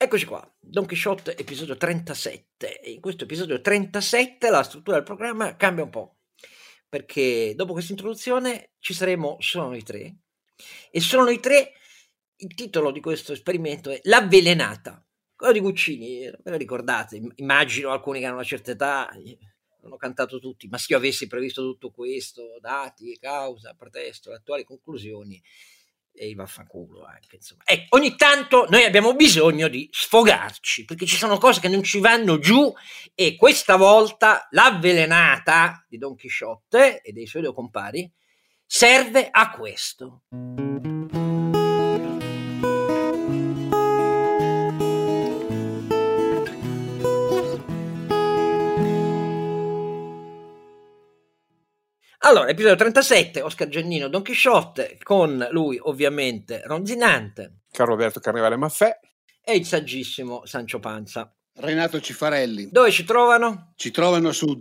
Eccoci qua, Don Chisciotte episodio 37, e in questo episodio 37 la struttura del programma cambia un po', perché dopo questa introduzione ci saremo solo noi tre, e solo noi tre. Il titolo di questo esperimento è L'avvelenata, quello di Guccini, ve lo ricordate? Immagino alcuni che hanno una certa età, hanno cantato tutti, ma se io avessi previsto tutto questo, dati, causa, pretesto, le attuali conclusioni, e il vaffanculo anche, insomma. Ecco, ogni tanto noi abbiamo bisogno di sfogarci, perché ci sono cose che non ci vanno giù, e questa volta l'avvelenata di Don Chisciotte e dei suoi due compari serve a questo. Allora, episodio 37, Oscar Giannino, Don Chisciotte, con lui ovviamente Ronzinante, Carlo Alberto Carnevale Maffè e il saggissimo Sancio Panza. Renato Cifarelli. Dove ci trovano? Ci trovano su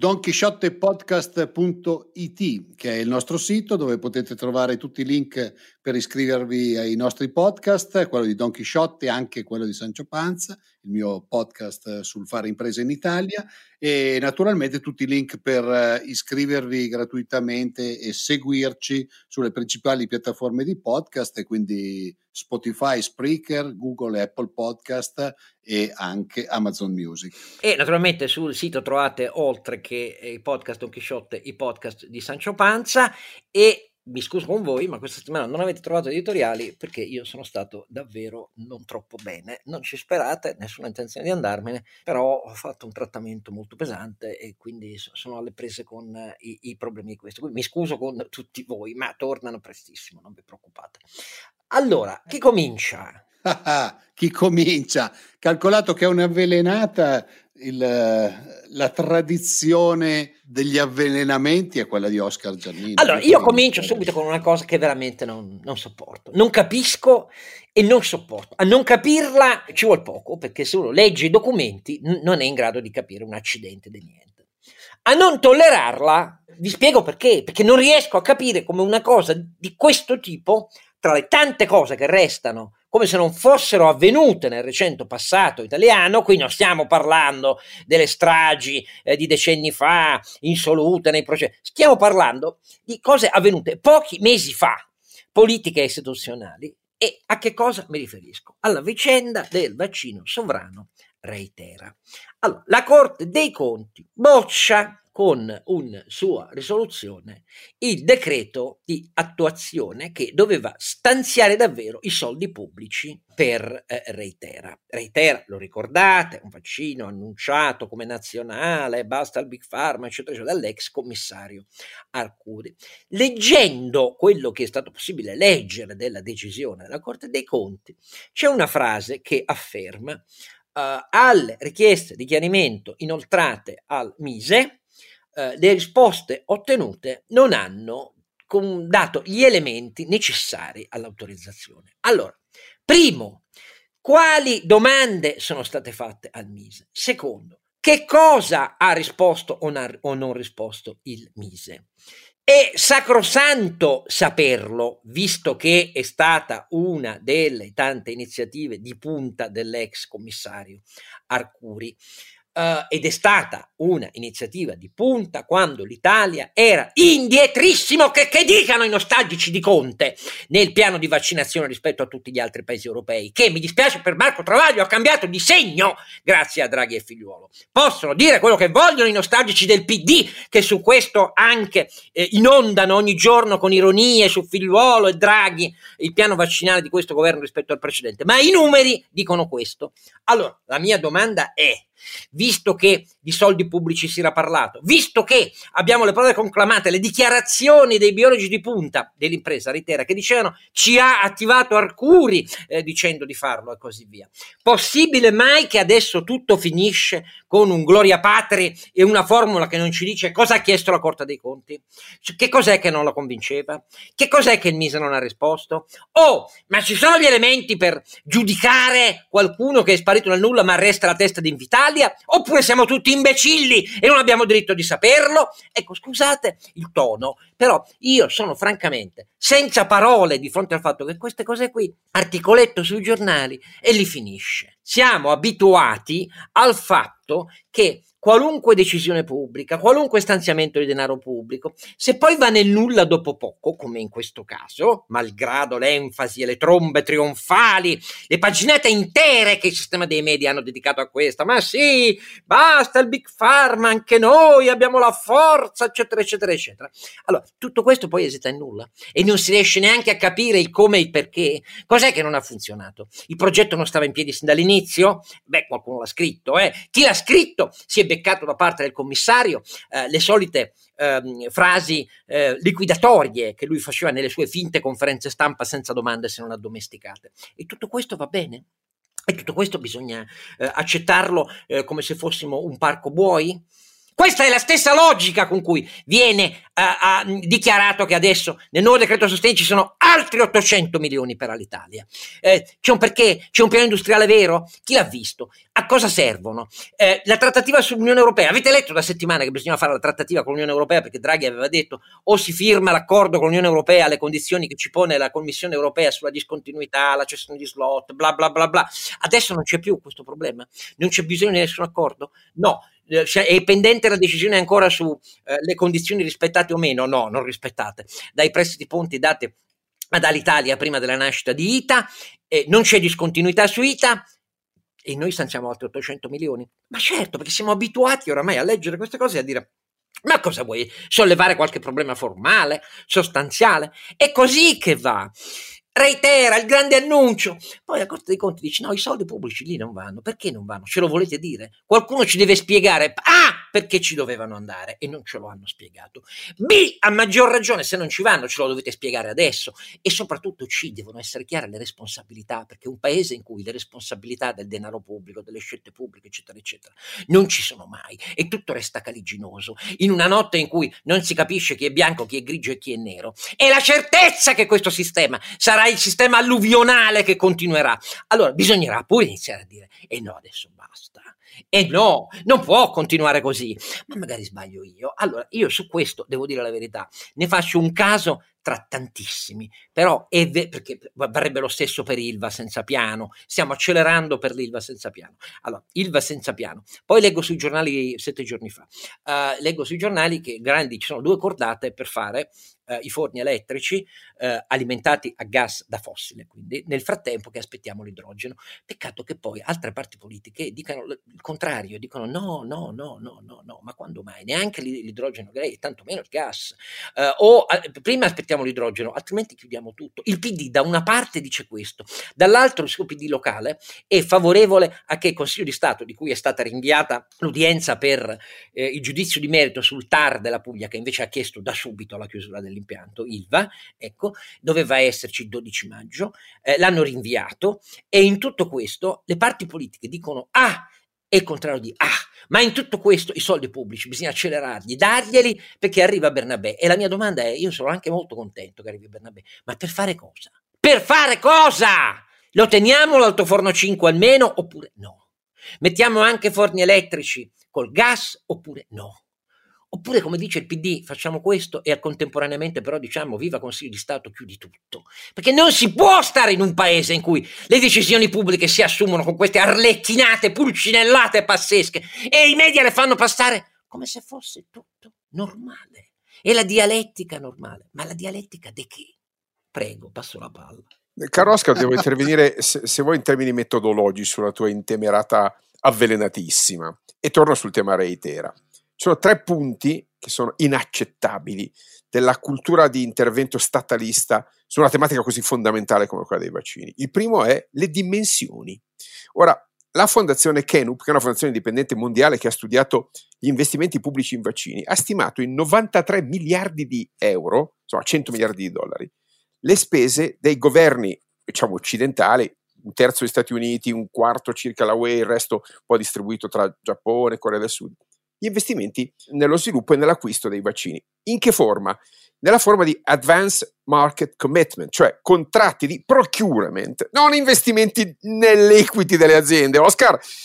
donchisciottepodcast.it, che è il nostro sito dove potete trovare tutti i link per iscrivervi ai nostri podcast, quello di Don Chisciotte e anche quello di Sancio Panza, il mio podcast sul fare imprese in Italia, e naturalmente tutti i link per iscrivervi gratuitamente e seguirci sulle principali piattaforme di podcast, e quindi Spotify, Spreaker, Google e Apple Podcast e anche Amazon Music. E naturalmente sul sito trovate, oltre che i podcast Don Chisciotte, i podcast di Sancio Panza. E mi scuso con voi, ma questa settimana non avete trovato editoriali perché io sono stato davvero non troppo bene. Non ci sperate, nessuna intenzione di andarmene, però ho fatto un trattamento molto pesante e quindi sono alle prese con i problemi di questo. Quindi mi scuso con tutti voi, ma tornano prestissimo, non vi preoccupate. Allora, chi comincia? Chi comincia? Calcolato che è un'avvelenata, la tradizione degli avvelenamenti è quella di Oscar Giannino. Allora, io comincio subito con una cosa che veramente non sopporto. Non capisco e non sopporto. A non capirla ci vuole poco, perché se uno legge i documenti non è in grado di capire un accidente di niente. A non tollerarla, vi spiego perché. Perché non riesco a capire come una cosa di questo tipo, tra le tante cose che restano come se non fossero avvenute nel recente passato italiano, qui non stiamo parlando delle stragi di decenni fa, insolute nei processi, stiamo parlando di cose avvenute pochi mesi fa, politiche e istituzionali. E a che cosa mi riferisco? Alla vicenda del vaccino sovrano Reitera. Allora, la Corte dei Conti boccia con una sua risoluzione il decreto di attuazione che doveva stanziare davvero i soldi pubblici per Reitera. Reitera, lo ricordate, un vaccino annunciato come nazionale, basta il Big Pharma, eccetera, eccetera, dall'ex commissario Arcuri. Leggendo quello che è stato possibile leggere della decisione della Corte dei Conti, c'è una frase che afferma alle richieste di chiarimento inoltrate al Mise, le risposte ottenute non hanno dato gli elementi necessari all'autorizzazione. Allora, primo, quali domande sono state fatte al Mise? Secondo, che cosa ha risposto o non risposto il Mise? È sacrosanto saperlo, visto che è stata una delle tante iniziative di punta dell'ex commissario Arcuri. Ed è stata una iniziativa di punta quando l'Italia era indietrissimo, che dicano i nostalgici di Conte, nel piano di vaccinazione rispetto a tutti gli altri paesi europei, che mi dispiace per Marco Travaglio ha cambiato di segno grazie a Draghi e Figliuolo. Possono dire quello che vogliono i nostalgici del PD, che su questo anche inondano ogni giorno con ironie su Figliuolo e Draghi il piano vaccinale di questo governo rispetto al precedente, ma i numeri dicono questo. Allora, la mia domanda è: visto che di soldi pubblici si era parlato, visto che abbiamo le prove conclamate, le dichiarazioni dei biologi di punta dell'impresa Reitera che dicevano ci ha attivato Arcuri dicendo di farlo e così via, possibile mai che adesso tutto finisce con un Gloria Patri e una formula che non ci dice cosa ha chiesto la Corte dei Conti? Che cos'è che non la convinceva? Che cos'è che il Mise non ha risposto? Ma ci sono gli elementi per giudicare qualcuno che è sparito nel nulla ma resta la testa di invitato? l'Italia, oppure siamo tutti imbecilli e non abbiamo diritto di saperlo. Ecco, scusate il tono, però io sono francamente senza parole di fronte al fatto che queste cose qui, articoletto sui giornali e li finisce. Siamo abituati al fatto che qualunque decisione pubblica, qualunque stanziamento di denaro pubblico, se poi va nel nulla dopo poco, come in questo caso, malgrado l'enfasi e le trombe trionfali, le paginate intere che il sistema dei media hanno dedicato a questa, ma sì, basta il Big Pharma, anche noi abbiamo la forza, eccetera, eccetera, eccetera. Allora, tutto questo poi esita in nulla e non si riesce neanche a capire il come e il perché. Cos'è che non ha funzionato? Il progetto non stava in piedi sin dall'inizio? Beh, qualcuno l'ha scritto, Chi l'ha scritto si è beccato da parte del commissario le solite frasi liquidatorie che lui faceva nelle sue finte conferenze stampa senza domande se non addomesticate. E tutto questo va bene? E tutto questo bisogna accettarlo come se fossimo un parco buoi? Questa è la stessa logica con cui viene dichiarato che adesso nel nuovo decreto sostegni ci sono altri 800 milioni per l'Italia. C'è un perché? C'è un piano industriale vero? Chi l'ha visto? A cosa servono? La trattativa sull'Unione Europea. Avete letto da settimane che bisognava fare la trattativa con l'Unione Europea perché Draghi aveva detto o si firma l'accordo con l'Unione Europea alle condizioni che ci pone la Commissione Europea sulla discontinuità, la cessione di slot, bla bla bla bla. Adesso non c'è più questo problema? Non c'è bisogno di nessun accordo? No. È pendente la decisione ancora su le condizioni rispettate o meno? No, non rispettate. Dai prestiti ponti dati ad Alitalia prima della nascita di ITA, non c'è discontinuità su ITA e noi stanziamo altri 800 milioni. Ma certo, perché siamo abituati oramai a leggere queste cose e a dire ma cosa vuoi? Sollevare qualche problema formale, sostanziale? È così che va. Reitera il grande annuncio, poi la Corte dei Conti dice no, i soldi pubblici lì non vanno. Perché non vanno? Ce lo volete dire? Qualcuno ci deve spiegare perché ci dovevano andare e non ce lo hanno spiegato. B, a maggior ragione, se non ci vanno ce lo dovete spiegare adesso e soprattutto C, devono essere chiare le responsabilità, perché un paese in cui le responsabilità del denaro pubblico, delle scelte pubbliche eccetera eccetera non ci sono mai e tutto resta caliginoso in una notte in cui non si capisce chi è bianco, chi è grigio e chi è nero, e la certezza che questo sistema sarà il sistema alluvionale che continuerà. Allora bisognerà pure iniziare a dire no, adesso basta. E no, non può continuare così. Ma magari sbaglio io. Allora, io su questo devo dire la verità, ne faccio un caso tra tantissimi, però perché varrebbe lo stesso per Ilva senza piano, stiamo accelerando per l'Ilva senza piano. Allora, Ilva senza piano, poi leggo sui giornali 7 giorni fa, leggo sui giornali che ci sono 2 cordate per fare i forni elettrici alimentati a gas da fossile, quindi nel frattempo che aspettiamo l'idrogeno. Peccato che poi altre parti politiche dicano il contrario, dicono no, ma quando mai? Neanche l'idrogeno grey, tanto meno il gas, prima aspettiamo l'idrogeno, altrimenti chiudiamo tutto. Il PD da una parte dice questo, dall'altro il suo PD locale è favorevole a che il Consiglio di Stato, di cui è stata rinviata l'udienza per il giudizio di merito sul TAR della Puglia, che invece ha chiesto da subito la chiusura dell'impianto Ilva, ecco, doveva esserci il 12 maggio, l'hanno rinviato e in tutto questo le parti politiche dicono è il contrario di ma in tutto questo i soldi pubblici bisogna accelerarli, darglieli perché arriva Bernabé. E la mia domanda è, io sono anche molto contento che arrivi Bernabé, ma per fare cosa? Per fare cosa? Lo teniamo l'altoforno 5 almeno oppure no? Mettiamo anche forni elettrici col gas oppure no? Oppure, come dice il PD, facciamo questo e contemporaneamente però diciamo viva Consiglio di Stato, chiudi tutto. Perché non si può stare in un paese in cui le decisioni pubbliche si assumono con queste arlecchinate, pulcinellate pazzesche e i media le fanno passare come se fosse tutto normale. E la dialettica normale. Ma la dialettica di che? Prego, passo la palla. Caro Oscar, devo intervenire se vuoi in termini metodologici sulla tua intemerata avvelenatissima e torno sul tema Reitera. Ci sono 3 punti che sono inaccettabili della cultura di intervento statalista su una tematica così fondamentale come quella dei vaccini. Il primo è le dimensioni. Ora, la fondazione Kenup, che è una fondazione indipendente mondiale che ha studiato gli investimenti pubblici in vaccini, ha stimato in 93 miliardi di euro, insomma 100 miliardi di dollari, le spese dei governi, diciamo, occidentali, 1/3 degli Stati Uniti, 1/4 circa la UE, il resto un po' distribuito tra Giappone e Corea del Sud. Gli investimenti nello sviluppo e nell'acquisto dei vaccini. In che forma? Nella forma di Advanced Market Commitment, cioè contratti di procurement, non investimenti nell'equity delle aziende. Oscar,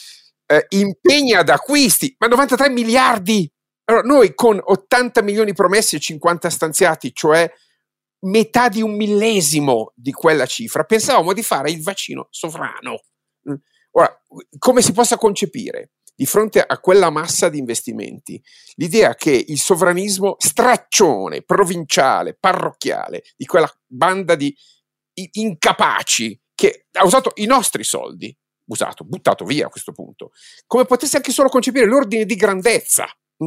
impegni ad acquisti, ma 93 miliardi. Allora, noi con 80 milioni promessi e 50 stanziati, cioè metà di un millesimo di quella cifra, pensavamo di fare il vaccino sovrano. Ora, come si possa concepire di fronte a quella massa di investimenti l'idea che il sovranismo straccione, provinciale, parrocchiale, di quella banda di incapaci che ha usato i nostri soldi, buttato via a questo punto, come potesse anche solo concepire l'ordine di grandezza,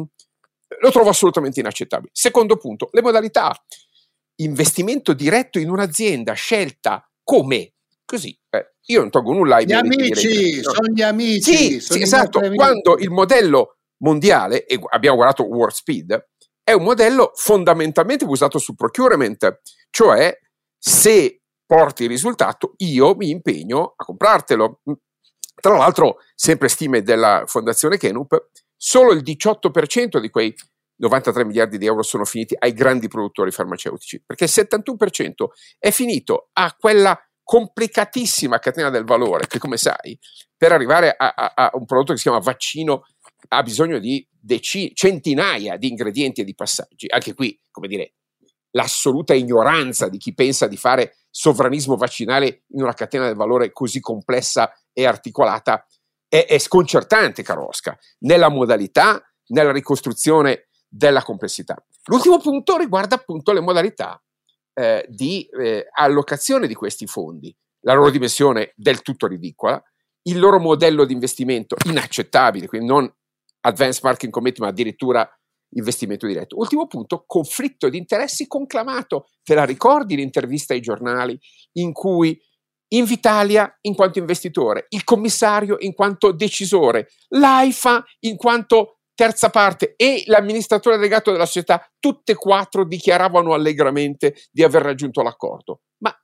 lo trovo assolutamente inaccettabile. Secondo punto, le modalità. Investimento diretto in un'azienda scelta come? Così, io non tolgo nulla ai gli amici, no. Sono gli amici. Sì, esatto, quando il modello mondiale, e abbiamo guardato Warp Speed, è un modello fondamentalmente usato sul procurement, cioè se porti il risultato io mi impegno a comprartelo. Tra l'altro, sempre stime della fondazione Kenup, solo il 18% di quei 93 miliardi di euro sono finiti ai grandi produttori farmaceutici, perché il 71% è finito a quella complicatissima catena del valore che, come sai, per arrivare a un prodotto che si chiama vaccino ha bisogno di centinaia di ingredienti e di passaggi. Anche qui, come dire, l'assoluta ignoranza di chi pensa di fare sovranismo vaccinale in una catena del valore così complessa e articolata è sconcertante, caro Oscar, nella modalità, nella ricostruzione della complessità. L'ultimo punto riguarda appunto le modalità di allocazione di questi fondi, la loro dimensione del tutto ridicola, il loro modello di investimento inaccettabile, quindi non advanced marketing commitment, ma addirittura investimento diretto. Ultimo punto, conflitto di interessi conclamato. Te la ricordi l'intervista ai giornali in cui Invitalia in quanto investitore, il commissario in quanto decisore, l'AIFA in quanto terza parte e l'amministratore delegato della società, tutte e quattro dichiaravano allegramente di aver raggiunto l'accordo. Ma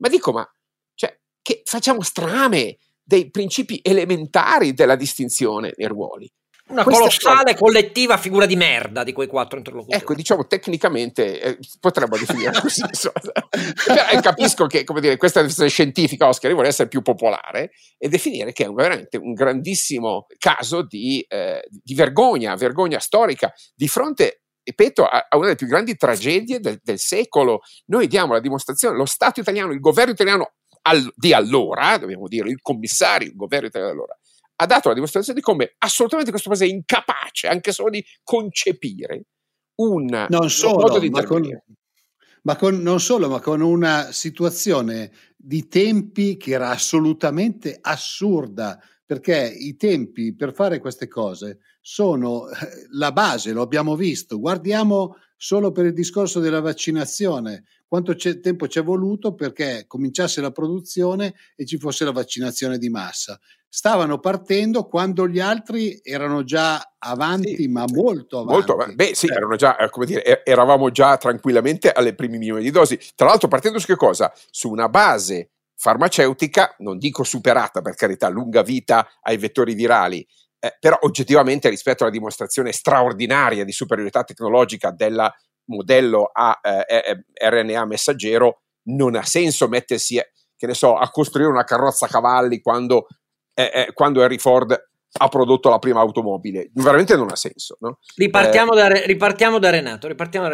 cioè, che facciamo strame dei principi elementari della distinzione nei ruoli. Una colossale collettiva figura di merda di quei quattro interlocutori. Ecco, diciamo tecnicamente potremmo definire così. Capisco che, come dire, questa definizione scientifica, Oscar, io vorrei essere più popolare e definire che è veramente un grandissimo caso di vergogna storica di fronte, ripeto, a una delle più grandi tragedie del secolo. Noi diamo la dimostrazione, lo Stato italiano, il governo italiano di allora, dobbiamo dire, il commissario, il governo italiano di allora, ha dato la dimostrazione di come assolutamente questo paese è incapace anche solo di concepire un modo di intervenire. Ma con una situazione di tempi che era assolutamente assurda, perché i tempi per fare queste cose sono la base, lo abbiamo visto. Guardiamo solo per il discorso della vaccinazione, quanto tempo ci è voluto perché cominciasse la produzione e ci fosse la vaccinazione di massa. Stavano partendo quando gli altri erano già avanti, sì, ma molto avanti. Beh, sì, erano già, come dire, eravamo già tranquillamente alle primi milioni di dosi. Tra l'altro, partendo su che cosa? Su una base farmaceutica, non dico superata, per carità, lunga vita ai vettori virali, però oggettivamente rispetto alla dimostrazione straordinaria di superiorità tecnologica del modello a RNA messaggero, non ha senso mettersi, che ne so, a costruire una carrozza a cavalli quando Henry Ford ha prodotto la prima automobile. Veramente non ha senso, no? Ripartiamo da Renato.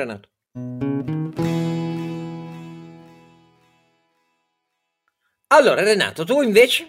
Allora, Renato, tu invece?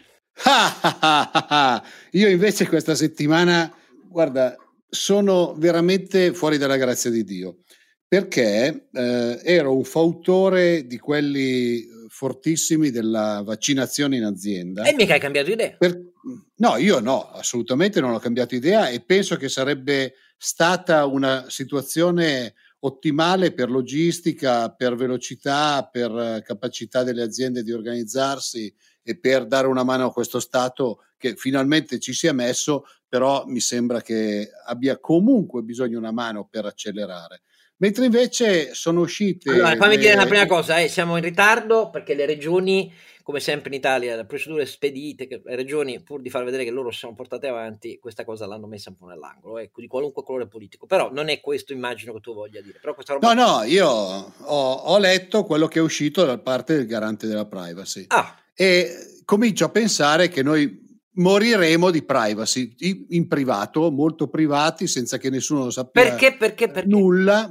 Io invece questa settimana, guarda, sono veramente fuori dalla grazia di Dio, perché ero un fautore di quelli fortissimi della vaccinazione in azienda. E mica hai cambiato idea? No, io no, assolutamente non ho cambiato idea e penso che sarebbe stata una situazione ottimale per logistica, per velocità, per capacità delle aziende di organizzarsi e per dare una mano a questo Stato che finalmente ci si è messo, però mi sembra che abbia comunque bisogno di una mano per accelerare. Mentre invece sono uscite... Allora, fammi dire una prima cosa, siamo in ritardo perché le regioni, come sempre in Italia, le procedure spedite, che le regioni, pur di far vedere che loro si sono portate avanti, questa cosa l'hanno messa un po' nell'angolo, di qualunque colore politico. Però non è questo, immagino, che tu voglia dire. Però questa roba... No, io ho letto quello che è uscito da parte del garante della privacy. E comincio a pensare che noi moriremo di privacy in privato, molto privati, senza che nessuno sappia perché? Nulla.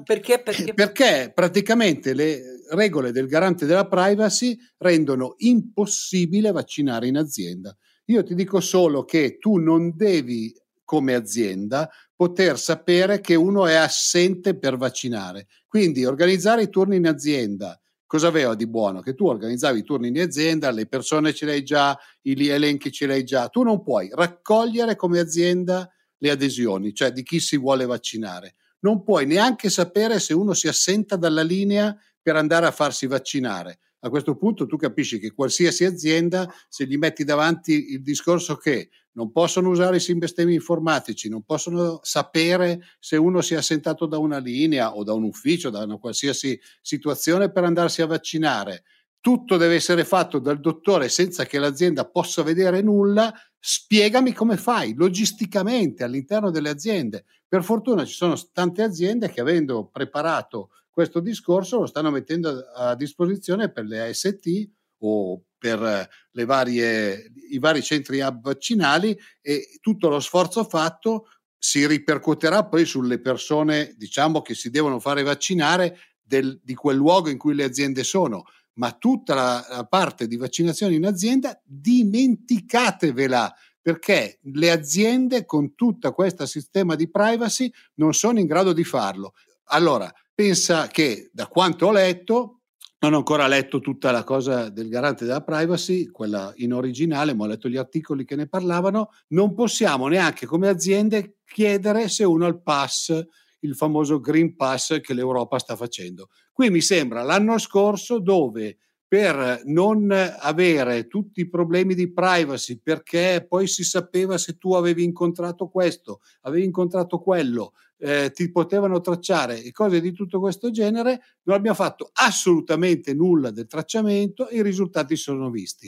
Perché praticamente le regole del garante della privacy rendono impossibile vaccinare in azienda. Io ti dico solo che tu non devi, come azienda, poter sapere che uno è assente per vaccinare. Quindi organizzare i turni in azienda. Cosa aveva di buono? Che tu organizzavi i turni in azienda, le persone ce le hai già, gli elenchi ce l'hai già. Tu non puoi raccogliere come azienda le adesioni, cioè di chi si vuole vaccinare. Non puoi neanche sapere se uno si assenta dalla linea per andare a farsi vaccinare. A questo punto tu capisci che qualsiasi azienda, se gli metti davanti il discorso che non possono usare i sistemi informatici, non possono sapere se uno si è assentato da una linea o da un ufficio, da una qualsiasi situazione per andarsi a vaccinare, tutto deve essere fatto dal dottore senza che l'azienda possa vedere nulla, spiegami come fai logisticamente all'interno delle aziende. Per fortuna ci sono tante aziende che, avendo preparato questo discorso, lo stanno mettendo a disposizione per le AST o per i vari centri hub vaccinali, e tutto lo sforzo fatto si ripercuoterà poi sulle persone, diciamo, che si devono fare vaccinare di quel luogo in cui le aziende sono. Ma tutta la parte di vaccinazione in azienda dimenticatevela, perché le aziende con tutto questo sistema di privacy non sono in grado di farlo. Allora, pensa che, da quanto ho letto, non ho ancora letto tutta la cosa del garante della privacy, quella in originale, ma ho letto gli articoli che ne parlavano, non possiamo neanche come aziende chiedere se uno ha il pass, il famoso Green Pass che l'Europa sta facendo. Qui mi sembra l'anno scorso, dove per non avere tutti i problemi di privacy, perché poi si sapeva se tu avevi incontrato questo, avevi incontrato quello, ti potevano tracciare e cose di tutto questo genere, non abbiamo fatto assolutamente nulla del tracciamento e i risultati sono visti.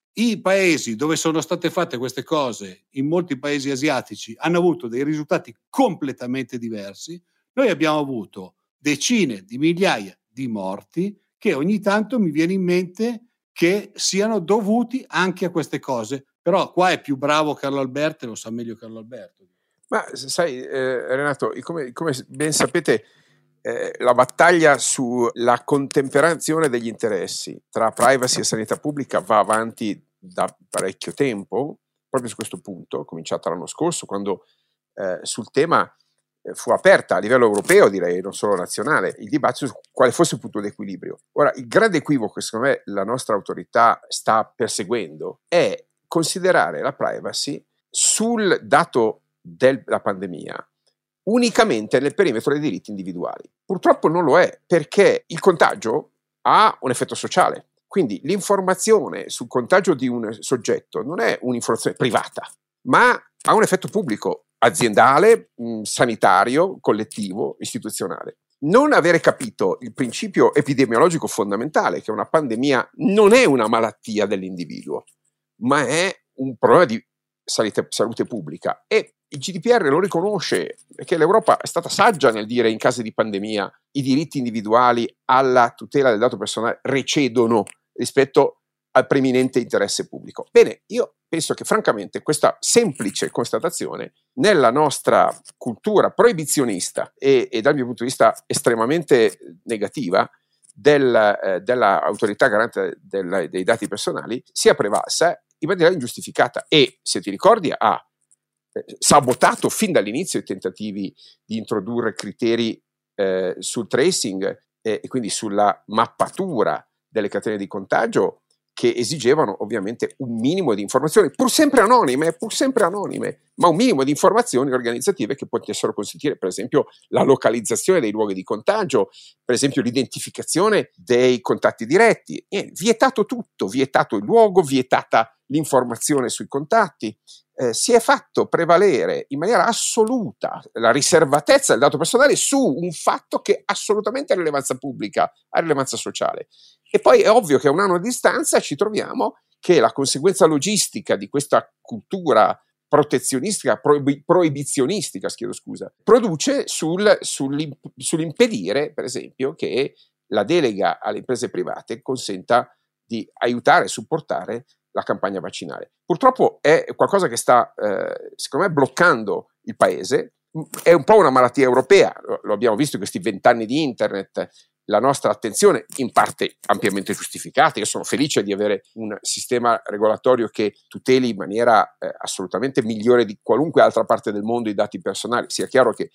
I paesi dove sono state fatte queste cose, in molti paesi asiatici, hanno avuto dei risultati completamente diversi. Noi abbiamo avuto decine di migliaia di morti che ogni tanto mi viene in mente che siano dovuti anche a queste cose. Però qua è più bravo Carlo Alberto e lo sa meglio Carlo Alberto. Ma sai, Renato, come ben sapete, la battaglia sulla contemperazione degli interessi tra privacy e sanità pubblica va avanti da parecchio tempo, proprio su questo punto, cominciata l'anno scorso, quando sul tema fu aperta a livello europeo, direi, non solo nazionale, il dibattito su quale fosse il punto di equilibrio. Ora, il grande equivoco che secondo me la nostra autorità sta perseguendo è considerare la privacy sul dato della pandemia unicamente nel perimetro dei diritti individuali. Purtroppo non lo è, perché il contagio ha un effetto sociale. Quindi l'informazione sul contagio di un soggetto non è un'informazione privata, ma ha un effetto pubblico, aziendale, sanitario, collettivo, istituzionale. Non avere capito il principio epidemiologico fondamentale, che una pandemia non è una malattia dell'individuo, ma è un problema di salute pubblica, e il GDPR lo riconosce, perché l'Europa è stata saggia nel dire in caso di pandemia i diritti individuali alla tutela del dato personale recedono rispetto al preminente interesse pubblico. Bene, io penso che francamente questa semplice constatazione nella nostra cultura proibizionista e dal mio punto di vista estremamente negativa della autorità garante dei dati personali sia prevalsa in maniera ingiustificata, e, se ti ricordi, ha sabotato fin dall'inizio i tentativi di introdurre criteri sul tracing e quindi sulla mappatura delle catene di contagio, che esigevano ovviamente un minimo di informazioni, pur sempre anonime, ma un minimo di informazioni organizzative che potessero consentire, per esempio, la localizzazione dei luoghi di contagio, per esempio l'identificazione dei contatti diretti. Vietato tutto, vietato il luogo, vietata l'informazione sui contatti. Si è fatto prevalere in maniera assoluta la riservatezza del dato personale su un fatto che assolutamente ha rilevanza pubblica, ha rilevanza sociale. E poi è ovvio che a un anno di distanza ci troviamo che la conseguenza logistica di questa cultura protezionistica, proibizionistica, produce sull'impedire, per esempio, che la delega alle imprese private consenta di aiutare e supportare la campagna vaccinale. Purtroppo è qualcosa che sta, secondo me, bloccando il paese. È un po' una malattia europea, lo abbiamo visto in questi 20 anni di internet, la nostra attenzione, in parte ampiamente giustificata. Io sono felice di avere un sistema regolatorio che tuteli in maniera assolutamente migliore di qualunque altra parte del mondo i dati personali. Sia chiaro che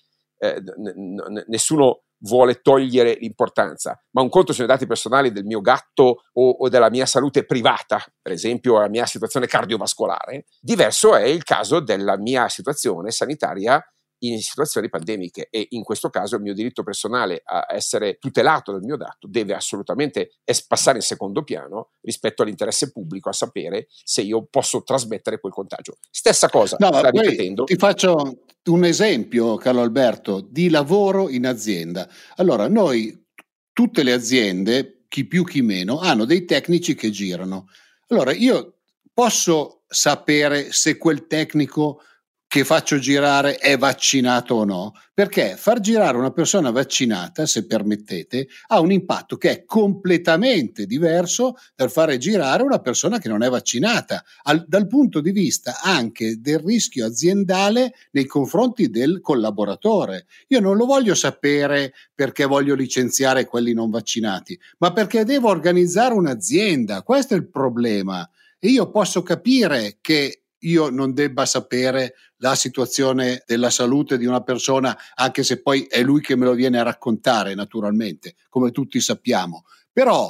nessuno vuole togliere l'importanza, ma un conto sono i dati personali del mio gatto o della mia salute privata, per esempio la mia situazione cardiovascolare. Diverso è il caso della mia situazione sanitaria in situazioni pandemiche, e in questo caso il mio diritto personale a essere tutelato dal mio dato deve assolutamente passare in secondo piano rispetto all'interesse pubblico a sapere se io posso trasmettere quel contagio. Stessa cosa, no, sta ripetendo. Ti faccio un esempio, Carlo Alberto, di lavoro in azienda. Allora, noi, tutte le aziende, chi più chi meno, hanno dei tecnici che girano. Allora, io posso sapere se quel tecnico che faccio girare è vaccinato o no, perché far girare una persona vaccinata, se permettete, ha un impatto che è completamente diverso dal fare girare una persona che non è vaccinata, dal punto di vista anche del rischio aziendale nei confronti del collaboratore. Io non lo voglio sapere perché voglio licenziare quelli non vaccinati, ma perché devo organizzare un'azienda. Questo è il problema. E io posso capire che io non debba sapere la situazione della salute di una persona, anche se poi è lui che me lo viene a raccontare, naturalmente, come tutti sappiamo. Però,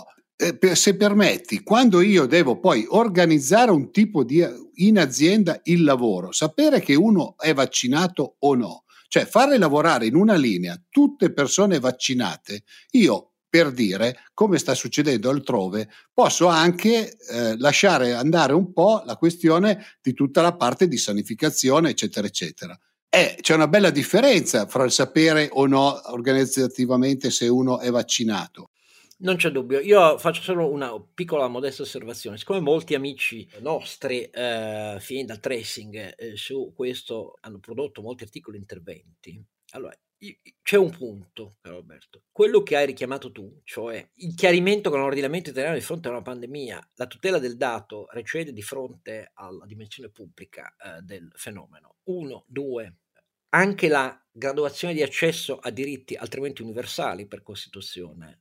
se permetti, quando io devo poi organizzare un tipo di in azienda il lavoro, sapere che uno è vaccinato o no, cioè fare lavorare in una linea tutte persone vaccinate, io, per dire, come sta succedendo altrove, posso anche lasciare andare un po' la questione di tutta la parte di sanificazione, eccetera, eccetera. C'è una bella differenza fra il sapere o no organizzativamente se uno è vaccinato. Non c'è dubbio, io faccio solo una piccola modesta osservazione. Siccome molti amici nostri fin dal tracing su questo hanno prodotto molti articoli e interventi, allora c'è un punto, caro Alberto, quello che hai richiamato tu, cioè il chiarimento con l'ordinamento italiano di fronte a una pandemia, la tutela del dato recede di fronte alla dimensione pubblica del fenomeno. 1, 2, anche la graduazione di accesso a diritti altrimenti universali per Costituzione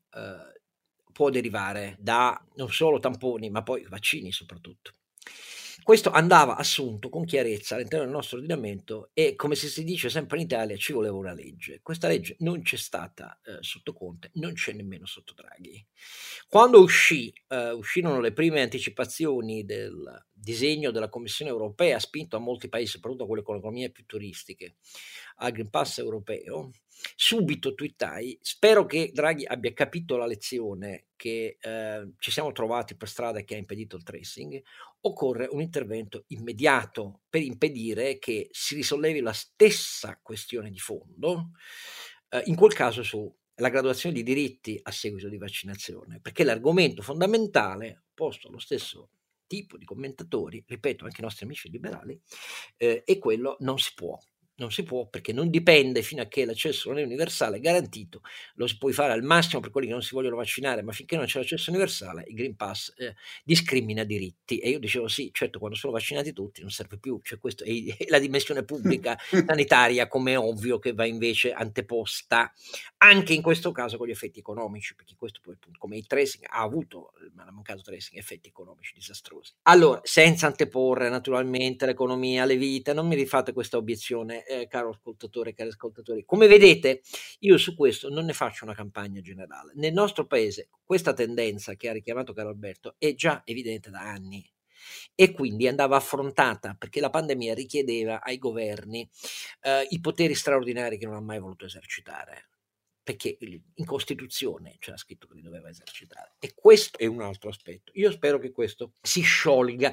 può derivare da non solo tamponi, ma poi vaccini soprattutto. Questo andava assunto con chiarezza all'interno del nostro ordinamento e, come si dice sempre in Italia, ci voleva una legge. Questa legge non c'è stata sotto Conte, non c'è nemmeno sotto Draghi. Quando uscirono le prime anticipazioni del disegno della Commissione europea, spinto a molti paesi, soprattutto quelle con economie più turistiche, al Green Pass europeo, subito twittai: spero che Draghi abbia capito la lezione che ci siamo trovati per strada e che ha impedito il tracing. Occorre un intervento immediato per impedire che si risollevi la stessa questione di fondo, in quel caso sulla graduazione di diritti a seguito di vaccinazione, perché l'argomento fondamentale posto allo stesso tipo di commentatori, ripeto anche i nostri amici liberali, è quello: non si può perché non dipende, fino a che l'accesso non è universale garantito, lo si può fare al massimo per quelli che non si vogliono vaccinare, ma finché non c'è l'accesso universale il Green Pass discrimina diritti. E io dicevo sì, certo, quando sono vaccinati tutti non serve più, cioè questo è la dimensione pubblica sanitaria, come è ovvio, che va invece anteposta anche in questo caso con gli effetti economici, perché questo poi, come il tracing ha avuto, ma nel caso tracing, effetti economici disastrosi. Allora, senza anteporre naturalmente l'economia, le vite, non mi rifate questa obiezione, caro ascoltatore, cari ascoltatori. Come vedete, io su questo non ne faccio una campagna generale. Nel nostro paese questa tendenza che ha richiamato caro Alberto è già evidente da anni e quindi andava affrontata, perché la pandemia richiedeva ai governi i poteri straordinari che non ha mai voluto esercitare, perché in Costituzione c'era scritto che li doveva esercitare. E questo è un altro aspetto. Io spero che questo si sciolga.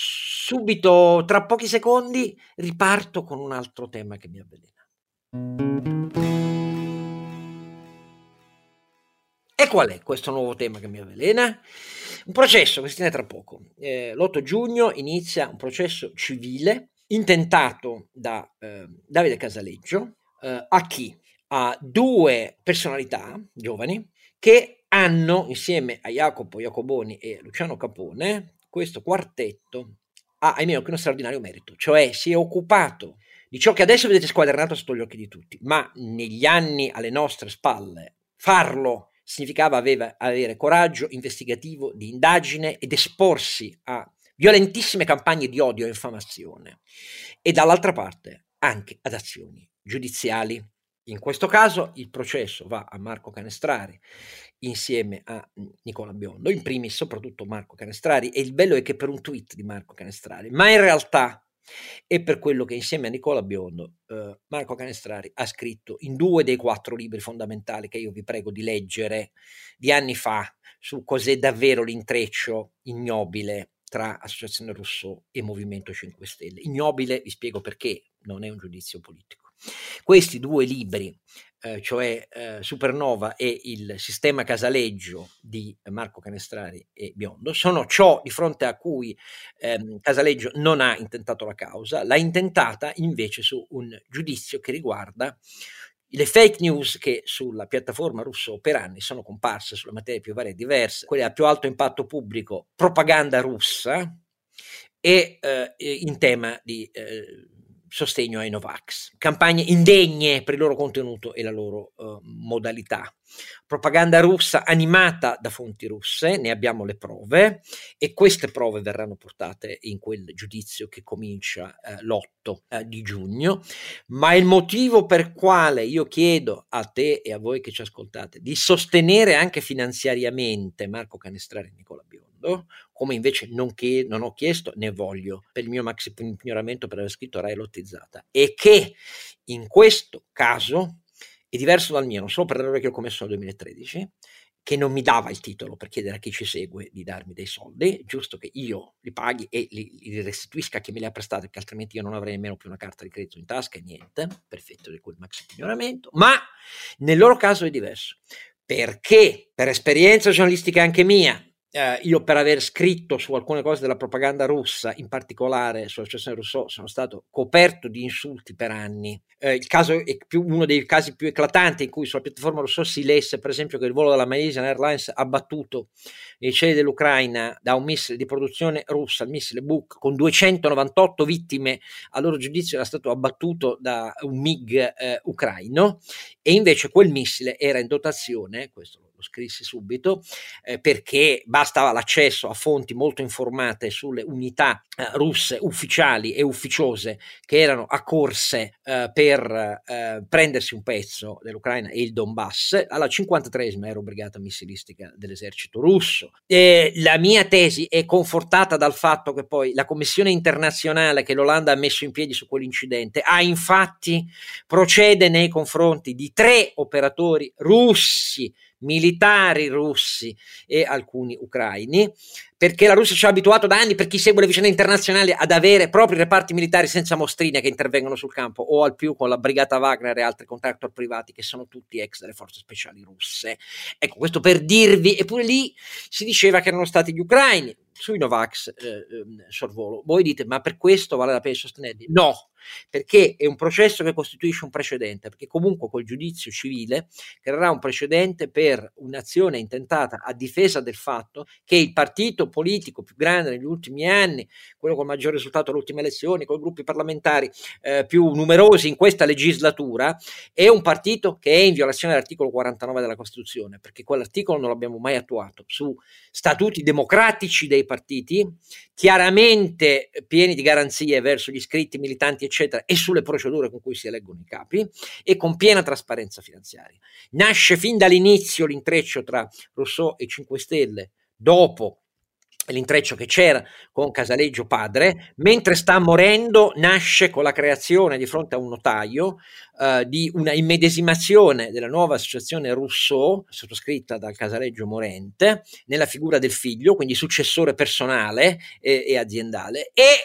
Subito, tra pochi secondi, riparto con un altro tema che mi avvelena. E qual è questo nuovo tema che mi avvelena? Un processo che si tiene tra poco. L'8 giugno inizia un processo civile intentato da Davide Casaleggio a chi? A due personalità giovani che hanno, insieme a Jacopo Iacoboni e Luciano Capone, questo quartetto ha ahimè anche uno straordinario merito, cioè si è occupato di ciò che adesso vedete squadernato sotto gli occhi di tutti, ma negli anni alle nostre spalle farlo significava avere coraggio investigativo di indagine ed esporsi a violentissime campagne di odio e infamazione, e dall'altra parte anche ad azioni giudiziali. In questo caso il processo va a Marco Canestrari insieme a Nicola Biondo, in primis soprattutto Marco Canestrari, e il bello è che per un tweet di Marco Canestrari, ma in realtà è per quello che insieme a Nicola Biondo Marco Canestrari ha scritto in 2 dei 4 libri fondamentali che io vi prego di leggere di anni fa su cos'è davvero l'intreccio ignobile tra Associazione Rousseau e Movimento 5 Stelle. Ignobile, vi spiego perché, non è un giudizio politico. Questi 2 libri, cioè Supernova e il sistema Casaleggio di Marco Canestrari e Biondo, sono ciò di fronte a cui Casaleggio non ha intentato la causa, l'ha intentata invece su un giudizio che riguarda le fake news che sulla piattaforma Rousseau per anni sono comparse sulle materie più varie e diverse, quelle a più alto impatto pubblico, propaganda russa e in tema di sostegno ai Novax, campagne indegne per il loro contenuto e la loro modalità. Propaganda russa animata da fonti russe, ne abbiamo le prove, e queste prove verranno portate in quel giudizio che comincia l'8 di giugno, ma il motivo per quale io chiedo a te e a voi che ci ascoltate di sostenere anche finanziariamente Marco Canestrari e Nicola Biondo, come invece non ho chiesto né voglio per il mio maxi pignoramento per aver scritto Rai lottizzata, è che in questo caso è diverso dal mio, non solo per l'errore che ho commesso nel 2013, che non mi dava il titolo per chiedere a chi ci segue di darmi dei soldi, è giusto che io li paghi e li restituisca a chi me li ha prestati, perché altrimenti io non avrei nemmeno più una carta di credito in tasca e niente, perfetto di quel maxi pignoramento, ma nel loro caso è diverso, perché per esperienza giornalistica anche mia, io per aver scritto su alcune cose della propaganda russa, in particolare sull'Associazione Rousseau, sono stato coperto di insulti per anni. Il caso è uno dei casi più eclatanti in cui sulla piattaforma Rousseau si lesse per esempio che il volo della Malaysian Airlines ha abbattuto nei cieli dell'Ucraina da un missile di produzione russa, il missile Buk, con 298 vittime. A loro giudizio era stato abbattuto da un MiG ucraino, e invece quel missile era in dotazione, questo lo scrissi subito, perché bastava l'accesso a fonti molto informate sulle unità russe ufficiali e ufficiose che erano accorse per prendersi un pezzo dell'Ucraina e il Donbass, alla 53esima aerobrigata missilistica dell'esercito russo. La mia tesi è confortata dal fatto che poi la commissione internazionale che l'Olanda ha messo in piedi su quell'incidente infatti procede nei confronti di 3 operatori russi, militari russi e alcuni ucraini, perché la Russia ci ha abituato da anni, per chi segue le vicende internazionali, ad avere propri reparti militari senza mostrine che intervengono sul campo, o al più con la brigata Wagner e altri contractor privati che sono tutti ex delle forze speciali russe. Ecco, questo per dirvi, eppure lì si diceva che erano stati gli ucraini. Sui Novax sorvolo, voi dite ma per questo vale la pena sostenerli? No, perché è un processo che costituisce un precedente, perché comunque col giudizio civile creerà un precedente per un'azione intentata a difesa del fatto che il partito politico più grande negli ultimi anni, quello con maggior risultato alle ultime elezioni, con i gruppi parlamentari più numerosi in questa legislatura, è un partito che è in violazione dell'articolo 49 della Costituzione, perché quell'articolo non l'abbiamo mai attuato, su statuti democratici dei partiti, chiaramente pieni di garanzie verso gli iscritti, militanti eccetera, e sulle procedure con cui si eleggono i capi, e con piena trasparenza finanziaria. Nasce fin dall'inizio l'intreccio tra Rousseau e 5 Stelle, dopo l'intreccio che c'era con Casaleggio padre, mentre sta morendo nasce con la creazione di fronte a un notaio di una immedesimazione della nuova associazione Rousseau, sottoscritta dal Casaleggio morente, nella figura del figlio, quindi successore personale e aziendale, e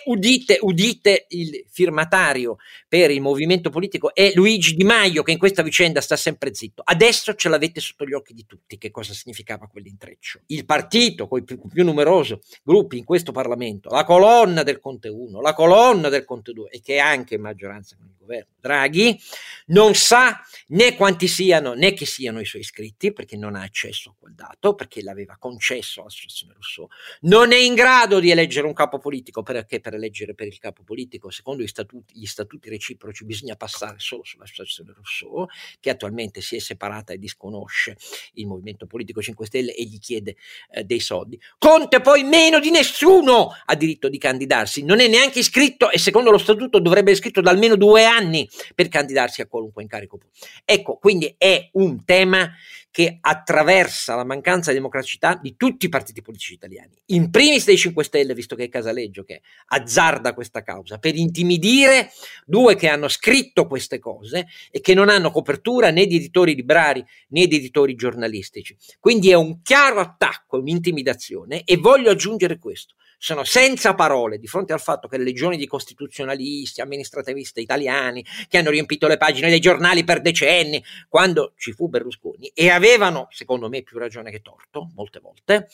udite il firmatario per il movimento politico è Luigi Di Maio, che in questa vicenda sta sempre zitto. Adesso ce l'avete sotto gli occhi di tutti che cosa significava quell'intreccio. Il partito con il più numeroso gruppi in questo Parlamento, la colonna del Conte 1, la colonna del Conte 2, e che è anche in maggioranza con il governo, Draghi, non sa né quanti siano né chi siano i suoi iscritti, perché non ha accesso a quel dato, perché l'aveva concesso all'associazione Rousseau, non è in grado di eleggere un capo politico, perché per eleggere per il capo politico, secondo gli statuti reciproci, bisogna passare solo sull'associazione Rousseau, che attualmente si è separata e disconosce il Movimento Politico 5 Stelle e gli chiede dei soldi. Conte poi meno di nessuno ha diritto di candidarsi, non è neanche iscritto e secondo lo statuto dovrebbe essere iscritto da almeno 2 anni per candidarsi a qualunque incarico pubblico. Ecco, quindi è un tema che attraversa la mancanza di democraticità di tutti i partiti politici italiani, in primis dei 5 Stelle, visto che è Casaleggio che azzarda questa causa per intimidire 2 che hanno scritto queste cose e che non hanno copertura né di editori librari né di editori giornalistici. Quindi è un chiaro attacco, un'intimidazione, e voglio aggiungere questo: sono senza parole di fronte al fatto che le legioni di costituzionalisti, amministrativisti italiani che hanno riempito le pagine dei giornali per decenni quando ci fu Berlusconi, e avevano, secondo me, più ragione che torto molte volte,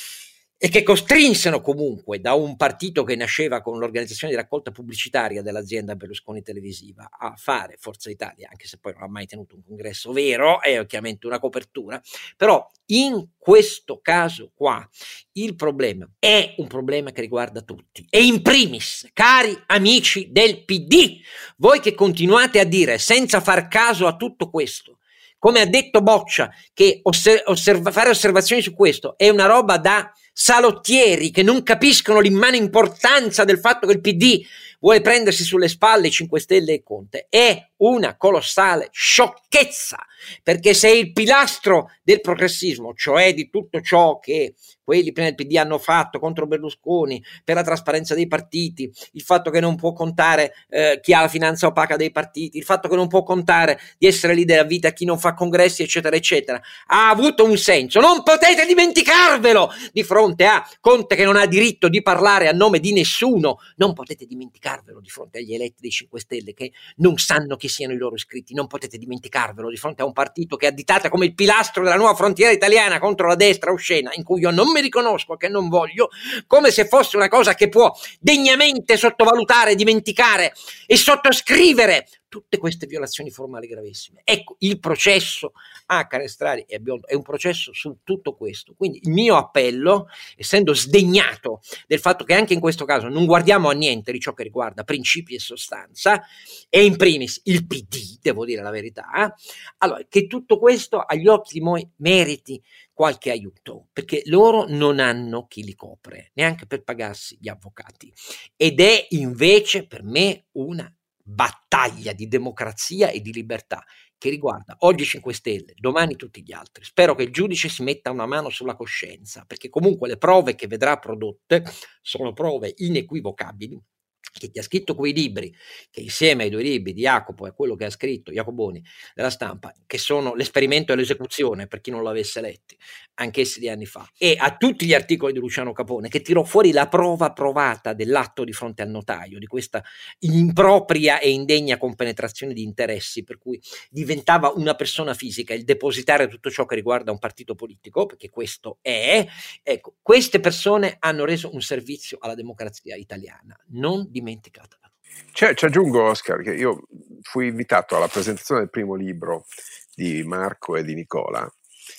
e che costrinsero comunque da un partito che nasceva con l'organizzazione di raccolta pubblicitaria dell'azienda Berlusconi televisiva a fare Forza Italia, anche se poi non ha mai tenuto un congresso vero, è ovviamente una copertura, però in questo caso qua il problema è un problema che riguarda tutti, e in primis, cari amici del PD, voi che continuate a dire senza far caso a tutto questo, come ha detto Boccia, che fare osservazioni su questo è una roba da salottieri che non capiscono l'immane importanza del fatto che il PD vuole prendersi sulle spalle 5 Stelle e Conte, è una colossale sciocchezza, perché se il pilastro del progressismo, cioè di tutto ciò che quelli prima del PD hanno fatto contro Berlusconi, per la trasparenza dei partiti, il fatto che non può contare chi ha la finanza opaca dei partiti, il fatto che non può contare di essere leader a vita chi non fa congressi, eccetera eccetera, ha avuto un senso, non potete dimenticarvelo di fronte a Conte che non ha diritto di parlare a nome di nessuno, non potete dimenticarvelo di fronte agli eletti dei 5 Stelle che non sanno chi siano i loro iscritti, non potete dimenticarvelo di fronte a un partito che è additata come il pilastro della nuova frontiera italiana contro la destra oscena, in cui io non mi riconosco, che non voglio, come se fosse una cosa che può degnamente sottovalutare, dimenticare e sottoscrivere tutte queste violazioni formali gravissime. Ecco, il processo a Canestrari e a Biondo è un processo su tutto questo. Quindi il mio appello, essendo sdegnato del fatto che anche in questo caso non guardiamo a niente di ciò che riguarda principi e sostanza, e in primis il PD, devo dire la verità, allora che tutto questo agli occhi di noi meriti qualche aiuto, perché loro non hanno chi li copre, neanche per pagarsi gli avvocati. Ed è invece per me una battaglia di democrazia e di libertà che riguarda oggi 5 Stelle, domani tutti gli altri. Spero che il giudice si metta una mano sulla coscienza, perché comunque le prove che vedrà prodotte sono prove inequivocabili che chi ha scritto quei libri, che insieme ai 2 libri di Jacopo e quello che ha scritto Jacoboni della Stampa, che sono l'esperimento e l'esecuzione, per chi non l'avesse letti, anch'essi di anni fa, e a tutti gli articoli di Luciano Capone, che tirò fuori la prova provata dell'atto di fronte al notaio, di questa impropria e indegna compenetrazione di interessi, per cui diventava una persona fisica il depositare tutto ciò che riguarda un partito politico, perché questo è, ecco, queste persone hanno reso un servizio alla democrazia italiana, non dimenticatela. Ci aggiungo, Oscar, che io fui invitato alla presentazione del primo libro di Marco e di Nicola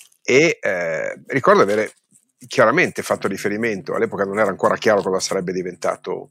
e ricordo avere chiaramente fatto riferimento, all'epoca non era ancora chiaro cosa sarebbe diventato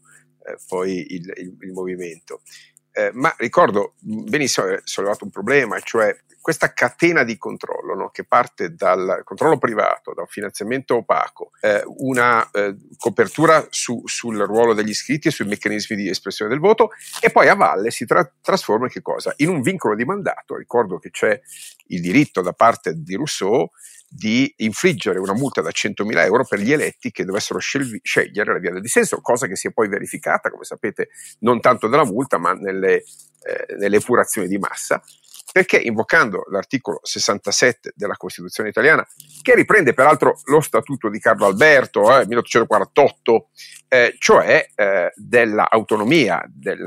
poi il movimento, ma ricordo benissimo aver sollevato un problema, cioè questa catena di controllo, no? Che parte dal controllo privato, da un finanziamento opaco, una copertura sul ruolo degli iscritti e sui meccanismi di espressione del voto, e poi a valle si trasforma in che cosa? In un vincolo di mandato. Ricordo che c'è il diritto da parte di Rousseau di infliggere una multa da 100.000 euro per gli eletti che dovessero scegliere la via del dissenso, cosa che si è poi verificata, come sapete, non tanto dalla multa ma nelle epurazioni di massa, perché invocando l'articolo 67 della Costituzione italiana, che riprende peraltro lo statuto di Carlo Alberto 1848, cioè dell'autonomia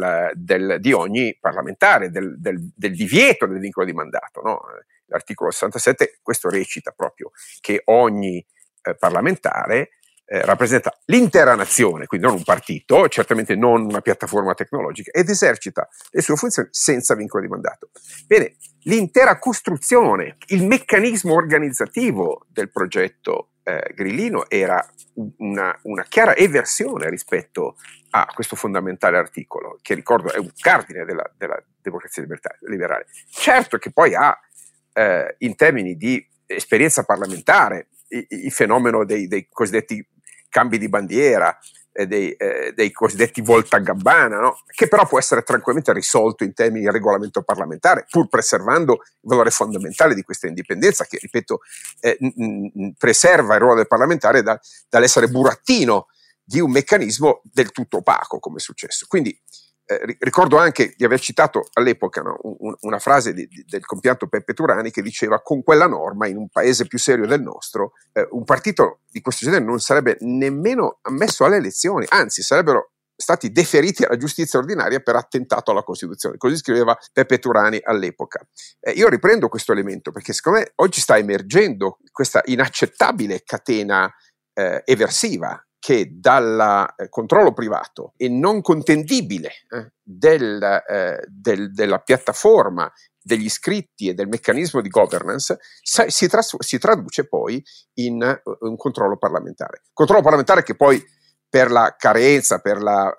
di ogni parlamentare, del divieto del vincolo di mandato, no? L'articolo 67 questo recita proprio che ogni parlamentare rappresenta l'intera nazione, quindi non un partito, certamente non una piattaforma tecnologica, ed esercita le sue funzioni senza vincolo di mandato. Bene, l'intera costruzione, il meccanismo organizzativo del progetto grillino era una chiara eversione rispetto a questo fondamentale articolo, che ricordo è un cardine della democrazia liberale. Certo che poi ha, in termini di esperienza parlamentare, il fenomeno dei cosiddetti cambi di bandiera, dei cosiddetti voltagabbana, no? Che però può essere tranquillamente risolto in termini di regolamento parlamentare, pur preservando il valore fondamentale di questa indipendenza, che, ripeto, preserva il ruolo del parlamentare dall'essere burattino di un meccanismo del tutto opaco, come è successo. Quindi ricordo anche di aver citato all'epoca, no, una frase del compianto Peppe Turani, che diceva: con quella norma in un paese più serio del nostro un partito di questo genere non sarebbe nemmeno ammesso alle elezioni, anzi sarebbero stati deferiti alla giustizia ordinaria per attentato alla Costituzione. Così scriveva Peppe Turani all'epoca. Io riprendo questo elemento perché secondo me oggi sta emergendo questa inaccettabile catena eversiva che dal controllo privato e non contendibile della piattaforma, degli iscritti e del meccanismo di governance si traduce poi in un controllo parlamentare. Controllo parlamentare che poi, per la carenza, per la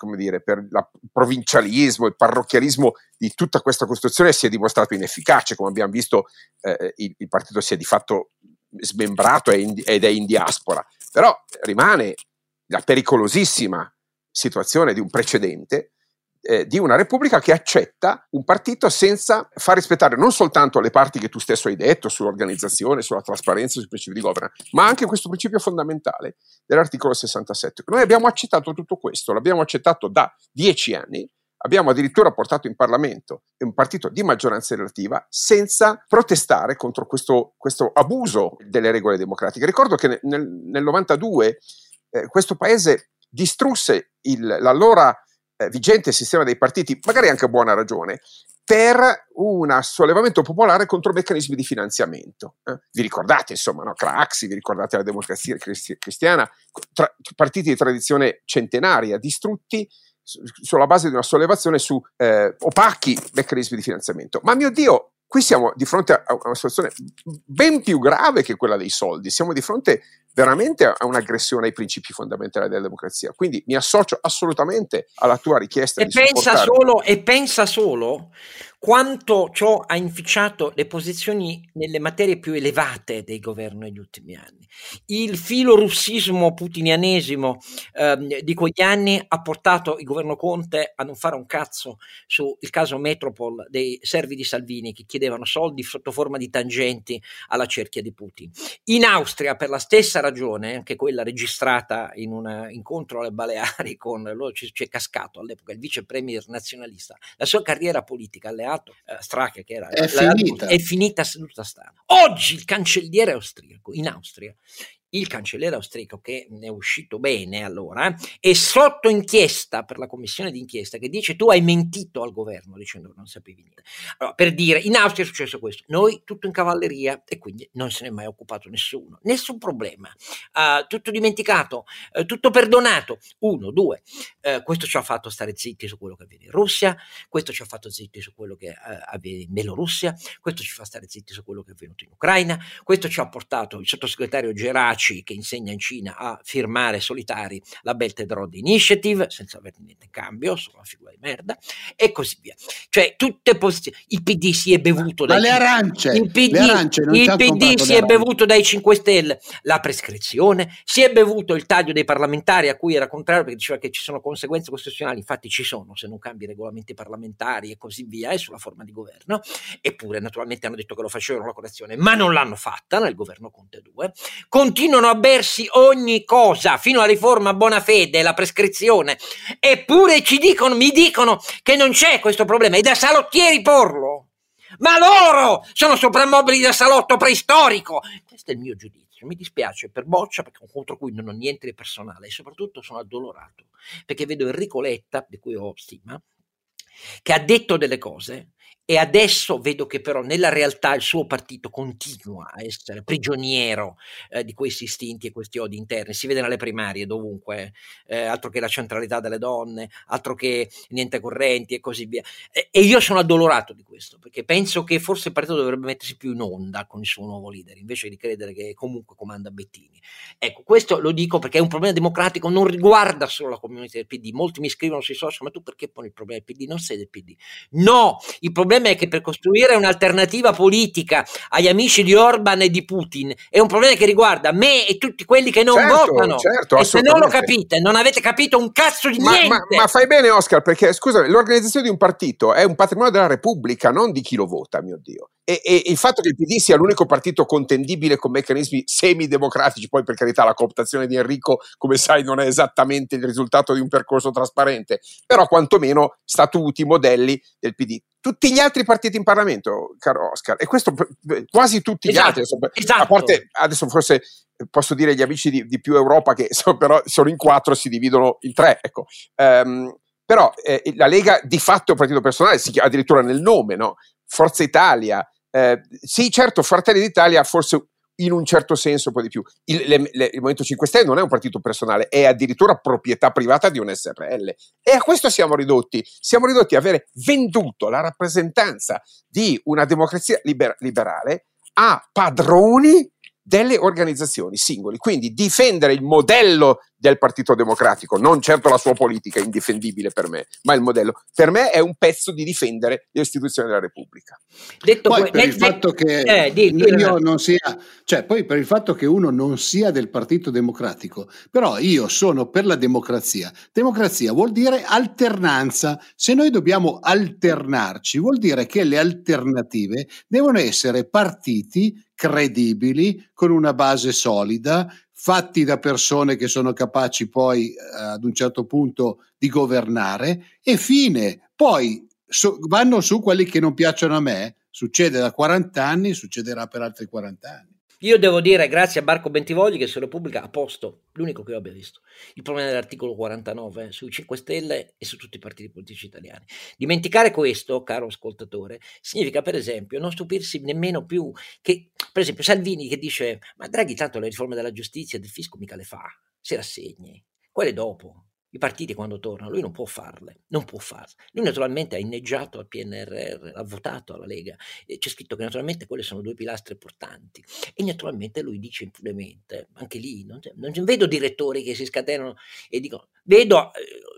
provincialismo e parrocchialismo di tutta questa costruzione, si è dimostrato inefficace. Come abbiamo visto, il partito si è di fatto smembrato ed è in diaspora. Però rimane la pericolosissima situazione di un precedente, di una repubblica che accetta un partito senza far rispettare non soltanto le parti che tu stesso hai detto sull'organizzazione, sulla trasparenza, sui principi di governance, ma anche questo principio fondamentale dell'articolo 67. Noi abbiamo accettato tutto questo, l'abbiamo accettato da 10 anni, abbiamo addirittura portato in Parlamento un partito di maggioranza relativa senza protestare contro questo abuso delle regole democratiche. Ricordo che nel 92 questo paese distrusse l'allora vigente sistema dei partiti, magari anche a buona ragione, per un sollevamento popolare contro meccanismi di finanziamento. Vi ricordate, insomma, no? Craxi, vi ricordate la Democrazia Cristiana, partiti di tradizione centenaria distrutti sulla base di una sollevazione su opachi meccanismi di finanziamento. Ma mio Dio, qui siamo di fronte a una situazione ben più grave che quella dei soldi, siamo di fronte veramente a un'aggressione ai principi fondamentali della democrazia. Quindi mi associo assolutamente alla tua richiesta di supportare. Pensa solo quanto ciò ha inficiato le posizioni nelle materie più elevate del governo negli ultimi anni. Il filorussismo putinianesimo di quegli anni ha portato il governo Conte a non fare un cazzo sul caso Metropol dei servi di Salvini che chiedevano soldi sotto forma di tangenti alla cerchia di Putin. In Austria, per la stessa ragione, anche quella registrata in un incontro alle Baleari con c'è cascato all'epoca il vice premier nazionalista, la sua carriera politica alleato Strache, che era è finita seduta strana. Oggi il cancelliere austriaco in Austria, il cancelliere austriaco, che ne è uscito bene allora, è sotto inchiesta per la commissione d'inchiesta che dice: tu hai mentito al governo dicendo che non sapevi niente. Allora, per dire, in Austria è successo questo, noi tutto in cavalleria e quindi non se ne è mai occupato nessun problema, tutto dimenticato, tutto perdonato. 1, 2, questo ci ha fatto stare zitti su quello che avviene in Russia, questo ci ha fatto zitti su quello che avviene in Belorussia, questo ci fa stare zitti su quello che è avvenuto in Ucraina, questo ci ha portato il sottosegretario Geraci, che insegna in Cina, a firmare solitari la Belt and Road Initiative senza avere niente in cambio, solo una figura di merda, e così via. Cioè tutte posizioni. Il PD si è bevuto dai si è bevuto dai 5 Stelle la prescrizione, si è bevuto il taglio dei parlamentari, a cui era contrario perché diceva che ci sono conseguenze costituzionali, infatti ci sono se non cambi i regolamenti parlamentari e così via, e sulla forma di governo. Eppure naturalmente hanno detto che lo facevano la correzione, ma non l'hanno fatta nel governo Conte 2. Continuano a bersi ogni cosa fino alla riforma Bonafede, la prescrizione, eppure mi dicono che non c'è questo problema, è da salottieri porlo, ma loro sono soprammobili da salotto preistorico. Questo è il mio giudizio, mi dispiace per Boccia, perché contro cui non ho niente di personale, e soprattutto sono addolorato perché vedo Enrico Letta, di cui ho stima, che ha detto delle cose E adesso vedo che però nella realtà il suo partito continua a essere prigioniero di questi istinti e questi odi interni. Si vede nelle primarie dovunque, altro che la centralità delle donne, altro che niente correnti e così via. E io sono addolorato di questo, perché penso che forse il partito dovrebbe mettersi più in onda con il suo nuovo leader, invece di credere che comunque comanda Bettini. Ecco, questo lo dico perché è un problema democratico, non riguarda solo la community del PD. Molti mi scrivono sui social: ma tu perché poni il problema del PD? Non sei del PD. No, il problema è che per costruire un'alternativa politica agli amici di Orban e di Putin è un problema che riguarda me e tutti quelli che non votano. Certo, E se non lo assolutamente. capite, non avete capito un cazzo di niente. Ma fai bene, Oscar, perché scusami, l'organizzazione di un partito è un patrimonio della Repubblica, non di chi lo vota, mio Dio. E il fatto che il PD sia l'unico partito contendibile con meccanismi semidemocratici, poi per carità la cooptazione di Enrico, come sai, non è esattamente il risultato di un percorso trasparente, però quantomeno statuti, modelli del PD. Tutti gli altri partiti in Parlamento, caro Oscar, e questo quasi tutti gli altri, a parte adesso forse posso dire gli amici di Più Europa che però sono in 4, si dividono in 3, ecco. Però la Lega di fatto è un partito personale, si chiama addirittura nel nome, no? Forza Italia, sì, certo, Fratelli d'Italia forse in un certo senso un po' di più. Il Movimento 5 Stelle non è un partito personale, è addirittura proprietà privata di un SRL. E a questo siamo ridotti a avere venduto la rappresentanza di una democrazia liberale a padroni delle organizzazioni singoli, quindi difendere il modello del Partito Democratico, non certo la sua politica indifendibile per me, ma il modello, per me è un pezzo di difendere le istituzioni della Repubblica. Detto poi per il fatto che io non sia, cioè poi per il fatto che uno non sia del Partito Democratico, però io sono per la democrazia. Democrazia vuol dire alternanza. Se noi dobbiamo alternarci, vuol dire che le alternative devono essere partiti credibili, con una base solida, fatti da persone che sono capaci poi ad un certo punto di governare, e fine. Poi vanno su quelli che non piacciono a me, succede da 40 anni, succederà per altri 40 anni. Io devo dire, grazie a Marco Bentivogli, che su Repubblica ha posto, l'unico che io abbia visto, il problema dell'articolo 49 sui 5 Stelle e su tutti i partiti politici italiani. Dimenticare questo, caro ascoltatore, significa per esempio non stupirsi nemmeno più che, per esempio, Salvini che dice: ma Draghi tanto le riforme della giustizia e del fisco mica le fa, si rassegni, quelle dopo. I partiti quando tornano, lui non può farle. Lui naturalmente ha inneggiato al PNRR, ha votato alla Lega, c'è scritto che naturalmente quelle sono 2 pilastri importanti, e naturalmente lui dice impunemente, anche lì non vedo direttori che si scatenano e dicono, vedo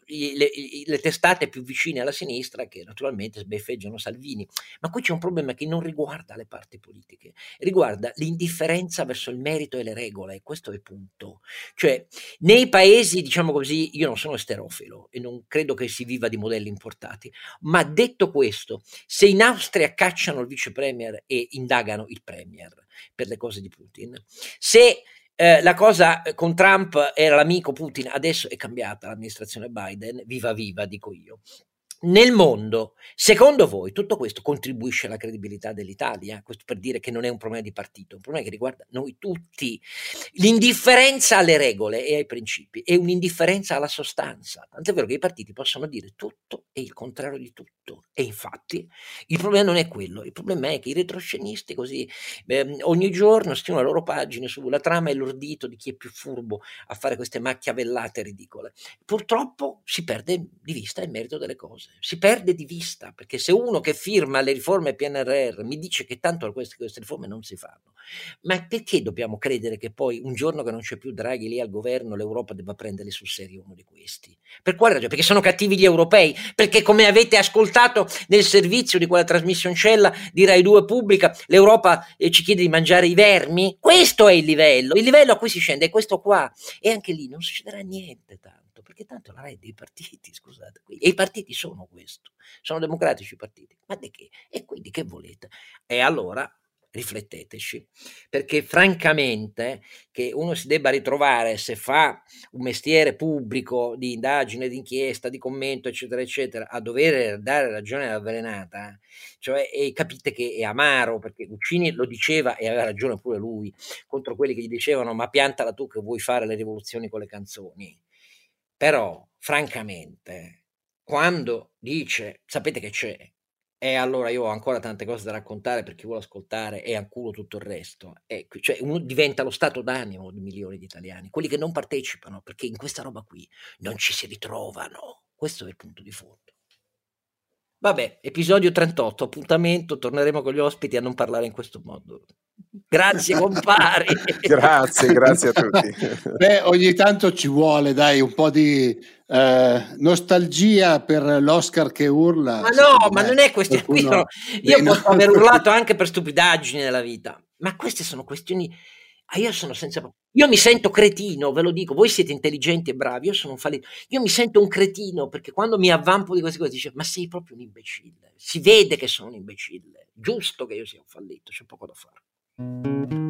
le testate più vicine alla sinistra che naturalmente sbeffeggiano Salvini, ma qui c'è un problema che non riguarda le parti politiche, riguarda l'indifferenza verso il merito e le regole, questo è il punto. Cioè, nei paesi, diciamo così, io non sono esterofilo e non credo che si viva di modelli importati, ma detto questo, se in Austria cacciano il vice premier e indagano il premier per le cose di Putin, se la cosa con Trump era l'amico Putin, adesso è cambiata l'amministrazione Biden, viva viva dico io. Nel mondo, secondo voi tutto questo contribuisce alla credibilità dell'Italia? Questo per dire che non è un problema di partito, è un problema che riguarda noi tutti. L'indifferenza alle regole e ai principi è un'indifferenza alla sostanza, tant'è vero che i partiti possono dire tutto e il contrario di tutto, e infatti il problema non è quello, il problema è che i retroscenisti così ogni giorno scrivono le loro pagine sulla trama e l'ordito di chi è più furbo a fare queste macchiavellate ridicole. Purtroppo si perde di vista il merito delle cose. Si perde di vista, perché se uno che firma le riforme PNRR mi dice che tanto queste riforme non si fanno, ma perché dobbiamo credere che poi un giorno che non c'è più Draghi lì al governo l'Europa debba prenderli sul serio uno di questi? Per quale ragione? Perché sono cattivi gli europei? Perché, come avete ascoltato nel servizio di quella trasmissioncella di Rai 2 pubblica, l'Europa ci chiede di mangiare i vermi? Questo è il livello a cui si scende è questo qua, e anche lì non succederà niente tanto, perché tanto la Rai è dei partiti, scusate, e i partiti sono questo, sono democratici i partiti, ma di che? E quindi che volete? E allora rifletteteci, perché francamente che uno si debba ritrovare, se fa un mestiere pubblico di indagine, di inchiesta, di commento, eccetera eccetera, a dover dare ragione all'avvelenata, cioè, e capite che è amaro, perché Guccini lo diceva e aveva ragione pure lui, contro quelli che gli dicevano: ma piantala tu che vuoi fare le rivoluzioni con le canzoni. Però francamente, quando dice, sapete che c'è E allora io ho ancora tante cose da raccontare per chi vuole ascoltare e anculo tutto il resto. Cioè uno diventa lo stato d'animo di milioni di italiani, quelli che non partecipano, perché in questa roba qui non ci si ritrovano. Questo è il punto di fondo. Vabbè, episodio 38, appuntamento, torneremo con gli ospiti a non parlare in questo modo. Grazie compari. Grazie a tutti. Beh, ogni tanto ci vuole, dai, un po' di nostalgia per l'Oscar che urla. Ma no, ma non è questione. Io posso aver urlato anche per stupidaggini nella vita, ma queste sono questioni. Io sono io mi sento cretino, ve lo dico, voi siete intelligenti e bravi, io sono un fallito. Io mi sento un cretino perché quando mi avvampo di queste cose dice ma sei proprio un imbecille. Si vede che sono un imbecille. Giusto che io sia un fallito, c'è poco da fare.